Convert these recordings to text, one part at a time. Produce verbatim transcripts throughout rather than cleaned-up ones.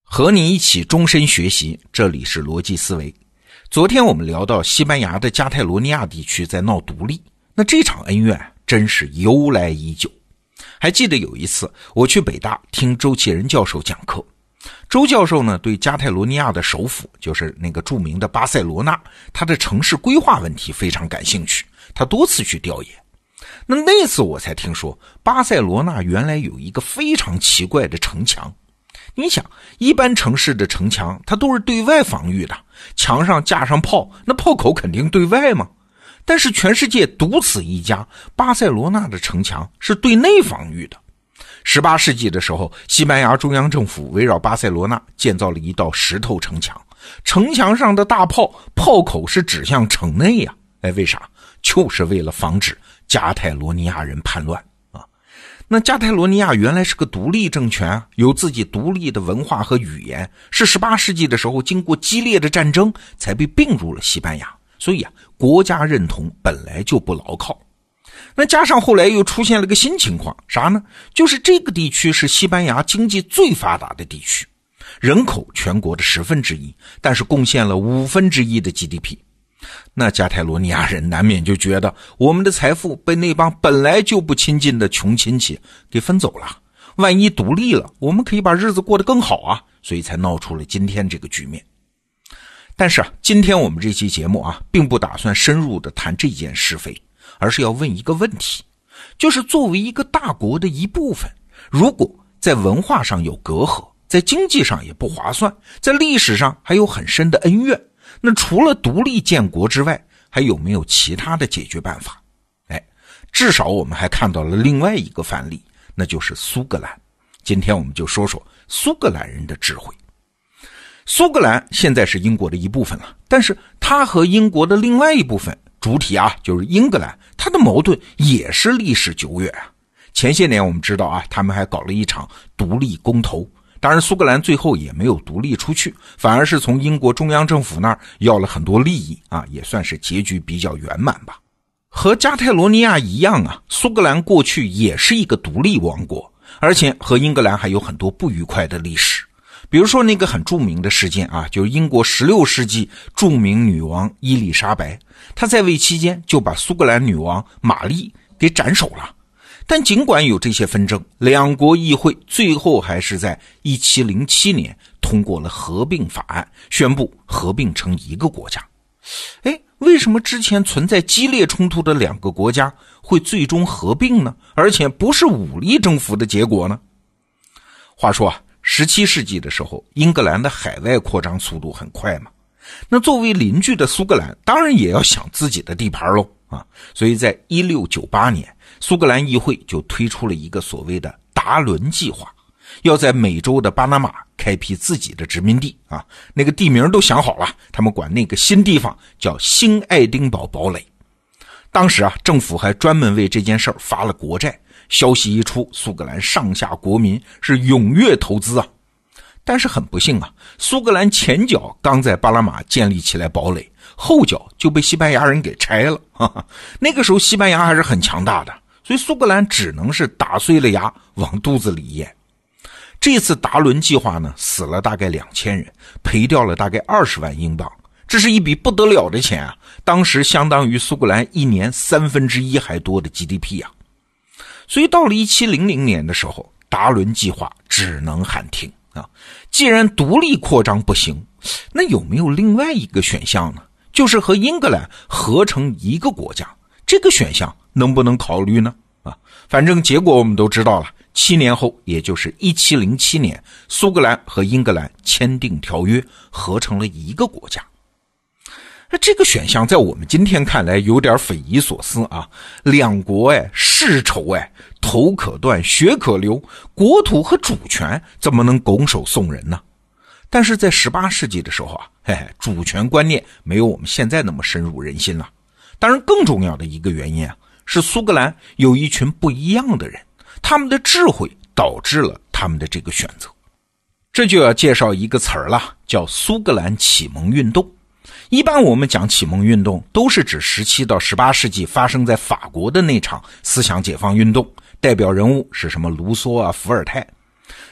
和你一起终身学习，这里是逻辑思维。昨天我们聊到西班牙的加泰罗尼亚地区在闹独立，那这场恩怨真是由来已久。还记得有一次我去北大听周其仁教授讲课，周教授呢对加泰罗尼亚的首府，就是那个著名的巴塞罗那，他的城市规划问题非常感兴趣，他多次去调研。那那次我才听说巴塞罗那原来有一个非常奇怪的城墙。你想，一般城市的城墙它都是对外防御的，墙上架上炮，那炮口肯定对外嘛。但是全世界独此一家，巴塞罗那的城墙是对内防御的。十八世纪的时候，西班牙中央政府围绕巴塞罗那建造了一道石头城墙，城墙上的大炮炮口是指向城内呀、啊。哎，为啥？就是为了防止加泰罗尼亚人叛乱啊。那加泰罗尼亚原来是个独立政权，有自己独立的文化和语言，是十八世纪的时候经过激烈的战争才被并入了西班牙，所以啊，国家认同本来就不牢靠。那加上后来又出现了个新情况，啥呢？就是这个地区是西班牙经济最发达的地区，人口全国的十分之一，但是贡献了五分之一的 G D P。那加泰罗尼亚人难免就觉得我们的财富被那帮本来就不亲近的穷亲戚给分走了，万一独立了，我们可以把日子过得更好啊，所以才闹出了今天这个局面。但是啊，今天我们这期节目啊，并不打算深入的谈这件是非，而是要问一个问题，就是作为一个大国的一部分，如果在文化上有隔阂，在经济上也不划算，在历史上还有很深的恩怨，那除了独立建国之外，还有没有其他的解决办法？哎，至少我们还看到了另外一个范例，那就是苏格兰。今天我们就说说苏格兰人的智慧。苏格兰现在是英国的一部分了，但是它和英国的另外一部分主体啊，就是英格兰，它的矛盾也是历史久远啊。前些年我们知道啊，他们还搞了一场独立公投，当然苏格兰最后也没有独立出去，反而是从英国中央政府那儿要了很多利益啊，也算是结局比较圆满吧。和加泰罗尼亚一样啊，苏格兰过去也是一个独立王国，而且和英格兰还有很多不愉快的历史。比如说那个很著名的事件啊，就是英国十六世纪著名女王伊丽莎白，她在位期间就把苏格兰女王玛丽给斩首了。但尽管有这些纷争，两国议会最后还是在一七零七年通过了合并法案，宣布合并成一个国家。诶，为什么之前存在激烈冲突的两个国家会最终合并呢？而且不是武力征服的结果呢？话说啊，十七世纪的时候，英格兰的海外扩张速度很快嘛，那作为邻居的苏格兰当然也要想自己的地盘咯啊，所以在一六九八年，苏格兰议会就推出了一个所谓的达伦计划，要在美洲的巴拿马开辟自己的殖民地啊，那个地名都想好了，他们管那个新地方叫新爱丁堡堡垒。当时啊，政府还专门为这件事儿发了国债，消息一出，苏格兰上下国民是踊跃投资啊。但是很不幸啊，苏格兰前脚刚在巴拿马建立起来堡垒，后脚就被西班牙人给拆了。哈哈，那个时候西班牙还是很强大的，所以苏格兰只能是打碎了牙往肚子里咽。这次达伦计划呢，死了大概两千人，赔掉了大概二十万英镑，这是一笔不得了的钱啊！当时相当于苏格兰一年三分之一还多的 G D P 啊。所以到了一七零零年的时候，达伦计划只能喊停啊！既然独立扩张不行，那有没有另外一个选项呢？就是和英格兰合成一个国家，这个选项能不能考虑呢？啊，反正结果我们都知道了。七年后，也就是一七零七年，苏格兰和英格兰签订条约，合成了一个国家。那这个选项在我们今天看来有点匪夷所思啊！两国哎，世仇哎，头可断，血可流，国土和主权怎么能拱手送人呢？但是在十八世纪的时候啊，嘿嘿，主权观念没有我们现在那么深入人心了。当然，更重要的一个原因啊，是苏格兰有一群不一样的人，他们的智慧导致了他们的这个选择。这就要介绍一个词儿了，叫苏格兰启蒙运动。一般我们讲启蒙运动都是指十七到十八世纪发生在法国的那场思想解放运动，代表人物是什么卢梭啊、伏尔泰。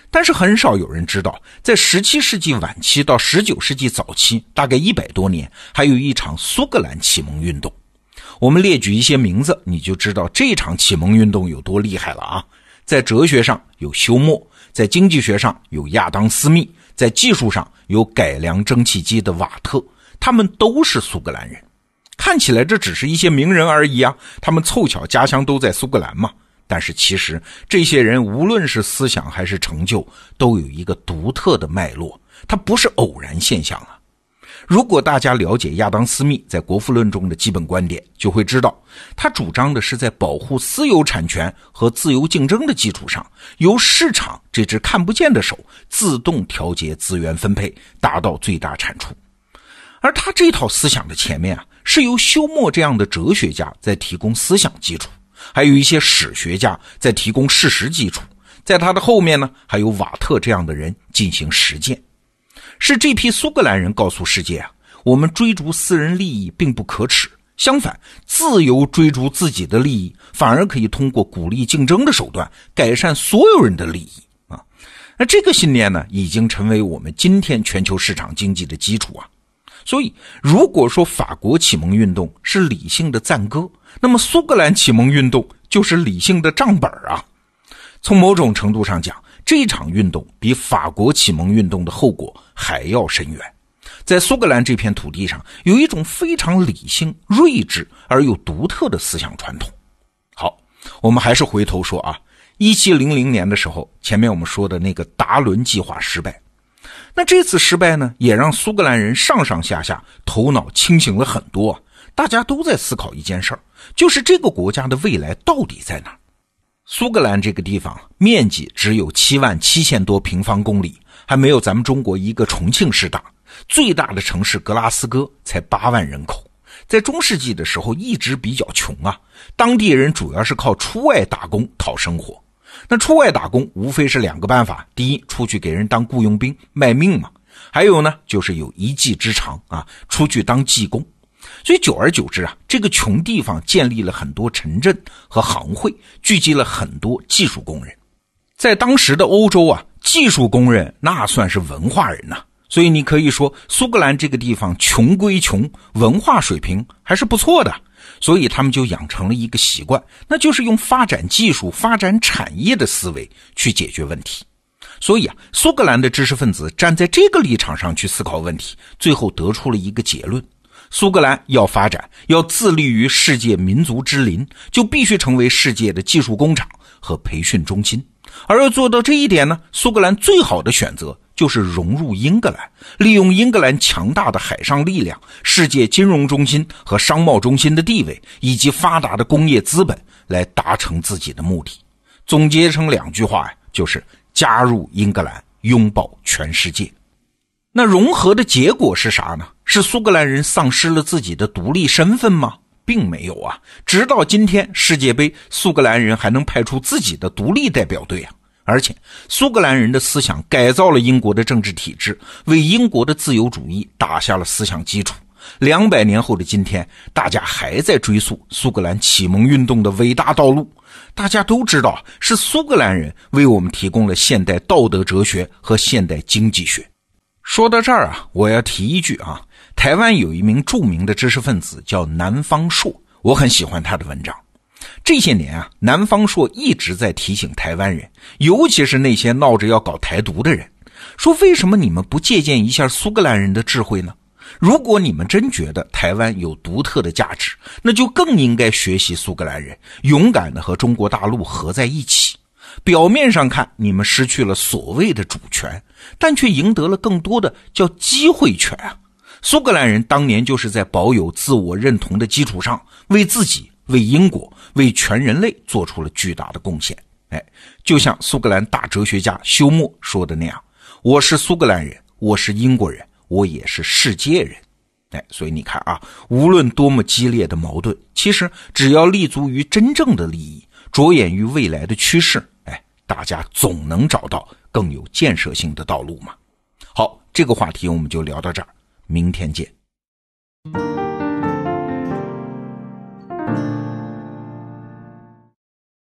但是很少有人知道，在十七世纪晚期到十九世纪早期，大概一百多年，还有一场苏格兰启蒙运动。我们列举一些名字，你就知道这场启蒙运动有多厉害了啊！在哲学上有休谟，在经济学上有亚当·斯密，在技术上有改良蒸汽机的瓦特，他们都是苏格兰人。看起来这只是一些名人而已啊，他们凑巧家乡都在苏格兰嘛。但是其实这些人无论是思想还是成就，都有一个独特的脉络，它不是偶然现象啊。如果大家了解亚当·斯密在《国富论》中的基本观点，就会知道他主张的是在保护私有产权和自由竞争的基础上，由市场这只看不见的手自动调节资源分配，达到最大产出。而他这套思想的前面啊，是由休谟这样的哲学家在提供思想基础，还有一些史学家在提供事实基础，在他的后面呢，还有瓦特这样的人进行实践。是这批苏格兰人告诉世界啊，我们追逐私人利益并不可耻，相反，自由追逐自己的利益，反而可以通过鼓励竞争的手段改善所有人的利益啊。那这个信念呢，已经成为我们今天全球市场经济的基础啊。所以如果说法国启蒙运动是理性的赞歌，那么苏格兰启蒙运动就是理性的账本啊。从某种程度上讲，这场运动比法国启蒙运动的后果还要深远。在苏格兰这片土地上，有一种非常理性、睿智而又独特的思想传统。好，我们还是回头说啊，一七零零年的时候，前面我们说的那个达伦计划失败。那这次失败呢，也让苏格兰人上上下下头脑清醒了很多啊。大家都在思考一件事儿，就是这个国家的未来到底在哪？苏格兰这个地方面积只有七万七千多平方公里，还没有咱们中国一个重庆市大。最大的城市格拉斯哥才八万人口，在中世纪的时候一直比较穷啊，当地人主要是靠出外打工讨生活。那出外打工无非是两个办法，第一，出去给人当雇佣兵卖命嘛，还有呢就是有一技之长啊，出去当技工。所以久而久之啊，这个穷地方建立了很多城镇和行会，聚集了很多技术工人。在当时的欧洲啊，技术工人那算是文化人呐，所以你可以说苏格兰这个地方穷归穷，文化水平还是不错的。所以他们就养成了一个习惯，那就是用发展技术、发展产业的思维去解决问题。所以啊，苏格兰的知识分子站在这个立场上去思考问题，最后得出了一个结论：苏格兰要发展，要自立于世界民族之林，就必须成为世界的技术工厂和培训中心。而要做到这一点呢，苏格兰最好的选择就是融入英格兰，利用英格兰强大的海上力量、世界金融中心和商贸中心的地位，以及发达的工业资本，来达成自己的目的。总结成两句话，就是加入英格兰，拥抱全世界。那融合的结果是啥呢？是苏格兰人丧失了自己的独立身份吗？并没有啊，直到今天世界杯，苏格兰人还能派出自己的独立代表队啊。而且苏格兰人的思想改造了英国的政治体制，为英国的自由主义打下了思想基础。两百年后的今天，大家还在追溯苏格兰启蒙运动的伟大道路。大家都知道，是苏格兰人为我们提供了现代道德哲学和现代经济学。说到这儿啊，我要提一句啊，台湾有一名著名的知识分子叫南方朔，我很喜欢他的文章。这些年啊，南方朔一直在提醒台湾人，尤其是那些闹着要搞台独的人，说为什么你们不借鉴一下苏格兰人的智慧呢？如果你们真觉得台湾有独特的价值，那就更应该学习苏格兰人，勇敢地和中国大陆合在一起。表面上看，你们失去了所谓的主权，但却赢得了更多的叫机会权啊！苏格兰人当年就是在保有自我认同的基础上，为自己、为英国、为全人类做出了巨大的贡献。哎，就像苏格兰大哲学家休谟说的那样，我是苏格兰人，我是英国人，我也是世界人。哎，所以你看啊，无论多么激烈的矛盾，其实只要立足于真正的利益，着眼于未来的趋势，哎，大家总能找到更有建设性的道路嘛。好，这个话题我们就聊到这儿，明天见。